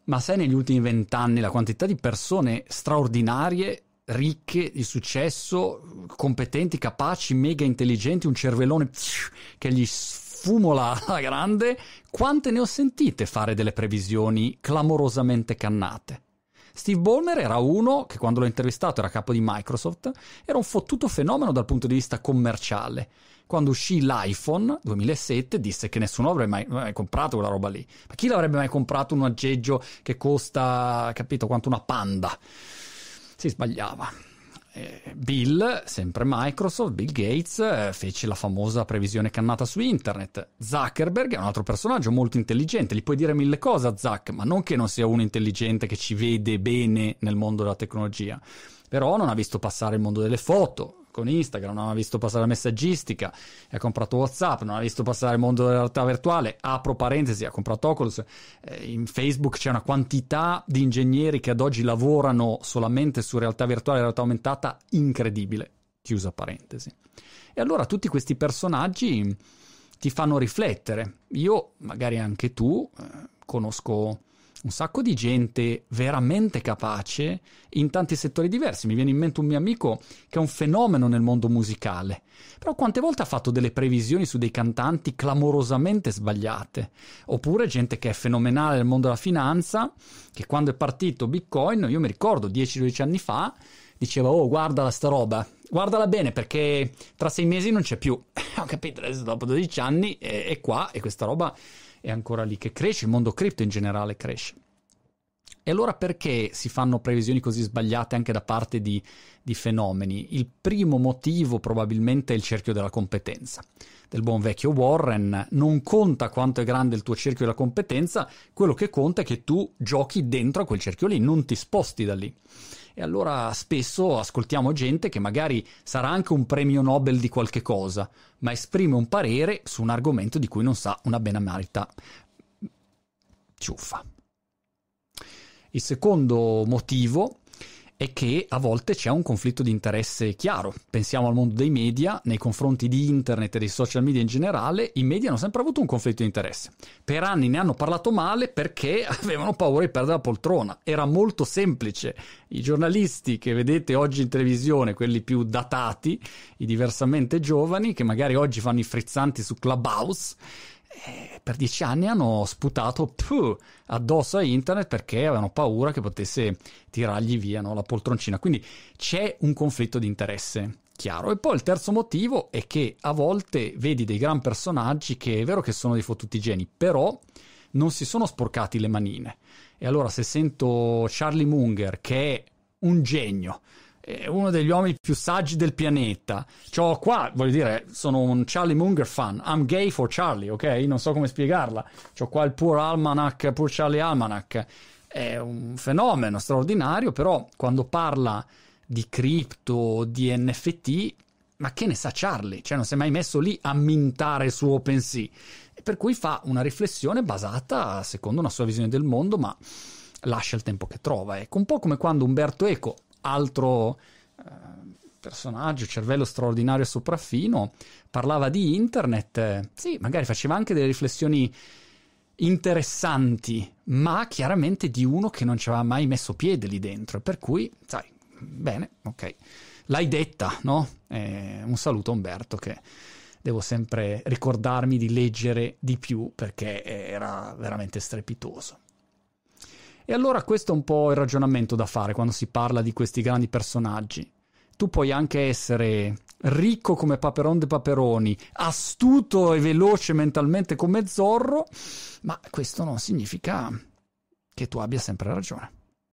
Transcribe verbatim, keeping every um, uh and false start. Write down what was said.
Ma sai negli ultimi vent'anni la quantità di persone straordinarie, ricche, di successo, competenti, capaci, mega intelligenti, un cervellone che gli sfumola alla grande, quante ne ho sentite fare delle previsioni clamorosamente cannate? Steve Ballmer era uno che quando l'ho intervistato era capo di Microsoft, era un fottuto fenomeno dal punto di vista commerciale. Quando uscì l'iPhone duemilasette disse che nessuno avrebbe mai, mai comprato quella roba lì. Ma chi l'avrebbe mai comprato un aggeggio che costa, capito, quanto una Panda? Si sbagliava. Eh, Bill, sempre Microsoft, Bill Gates, eh, fece la famosa previsione cannata su internet. Zuckerberg è un altro personaggio molto intelligente, gli puoi dire mille cose a Zuck, ma non che non sia uno intelligente che ci vede bene nel mondo della tecnologia, però non ha visto passare il mondo delle foto con Instagram, non ha visto passare la messaggistica, ha comprato WhatsApp, non ha visto passare il mondo della realtà virtuale, apro parentesi, ha comprato Oculus, eh, in Facebook c'è una quantità di ingegneri che ad oggi lavorano solamente su realtà virtuale e realtà aumentata incredibile, chiusa parentesi. E allora tutti questi personaggi ti fanno riflettere. Io, magari anche tu, eh, conosco un sacco di gente veramente capace in tanti settori diversi. Mi viene in mente un mio amico che è un fenomeno nel mondo musicale, però quante volte ha fatto delle previsioni su dei cantanti clamorosamente sbagliate, oppure gente che è fenomenale nel mondo della finanza, che quando è partito Bitcoin, io mi ricordo dieci dodici anni fa, diceva: oh, guardala sta roba, guardala bene perché tra sei mesi non c'è più. Ho capito, adesso dopo dodici anni è, è qua e questa roba è ancora lì che cresce, il mondo cripto in generale cresce. E allora perché si fanno previsioni così sbagliate anche da parte di, di fenomeni? Il primo motivo probabilmente è il cerchio della competenza. Del buon vecchio Warren: non conta quanto è grande il tuo cerchio della competenza, quello che conta è che tu giochi dentro a quel cerchio lì, non ti sposti da lì. E allora spesso ascoltiamo gente che magari sarà anche un premio Nobel di qualche cosa, ma esprime un parere su un argomento di cui non sa una benemerita ciuffa. Il secondo motivo è che a volte c'è un conflitto di interesse chiaro. Pensiamo al mondo dei media, nei confronti di internet e dei social media in generale, i media hanno sempre avuto un conflitto di interesse. Per anni ne hanno parlato male perché avevano paura di perdere la poltrona. Era molto semplice. I giornalisti che vedete oggi in televisione, quelli più datati, i diversamente giovani, che magari oggi fanno i frizzanti su Clubhouse, Eh, per dieci anni hanno sputato puh, addosso a internet perché avevano paura che potesse tirargli via, no, la poltroncina. Quindi c'è un conflitto di interesse chiaro. E poi il terzo motivo è che a volte vedi dei gran personaggi che è vero che sono dei fottuti geni, però non si sono sporcati le manine. E allora se sento Charlie Munger, che è un genio, è uno degli uomini più saggi del pianeta, c'ho qua, voglio dire, sono un Charlie Munger fan, I'm gay for Charlie, ok? Non so come spiegarla, c'ho qua il Poor Almanac, Poor Charlie Almanac, è un fenomeno straordinario, però quando parla di cripto, di N F T, ma che ne sa Charlie? Cioè non si è mai messo lì a mintare su OpenSea, e per cui fa una riflessione basata secondo una sua visione del mondo, ma lascia il tempo che trova. Ecco, un po' come quando Umberto Eco, altro eh, personaggio, cervello straordinario e sopraffino, parlava di internet, eh, sì, magari faceva anche delle riflessioni interessanti, ma chiaramente di uno che non ci aveva mai messo piede lì dentro, per cui, sai, bene, ok, l'hai detta, no? Eh, un saluto a Umberto, che devo sempre ricordarmi di leggere di più perché era veramente strepitoso. E allora questo è un po' il ragionamento da fare quando si parla di questi grandi personaggi. Tu puoi anche essere ricco come Paperon de Paperoni, astuto e veloce mentalmente come Zorro, ma questo non significa che tu abbia sempre ragione.